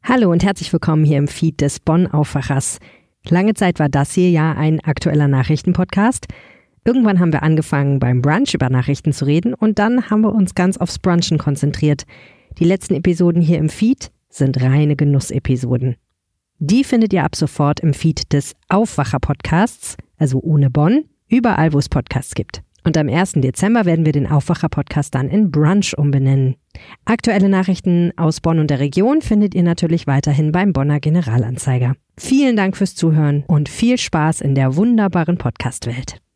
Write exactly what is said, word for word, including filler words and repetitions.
Hallo und herzlich willkommen hier im Feed des Bonn Aufwachers. Lange Zeit war das hier ja ein aktueller Nachrichtenpodcast. Irgendwann haben wir angefangen, beim Brunch über Nachrichten zu reden und dann haben wir uns ganz aufs Brunchen konzentriert. Die letzten Episoden hier im Feed sind reine Genussepisoden. Die findet ihr ab sofort im Feed des Aufwacher-Podcasts, also ohne Bonn, überall, wo es Podcasts gibt. Und am ersten Dezember werden wir den Aufwacher-Podcast dann in Brunch umbenennen. Aktuelle Nachrichten aus Bonn und der Region findet ihr natürlich weiterhin beim Bonner Generalanzeiger. Vielen Dank fürs Zuhören und viel Spaß in der wunderbaren Podcast-Welt.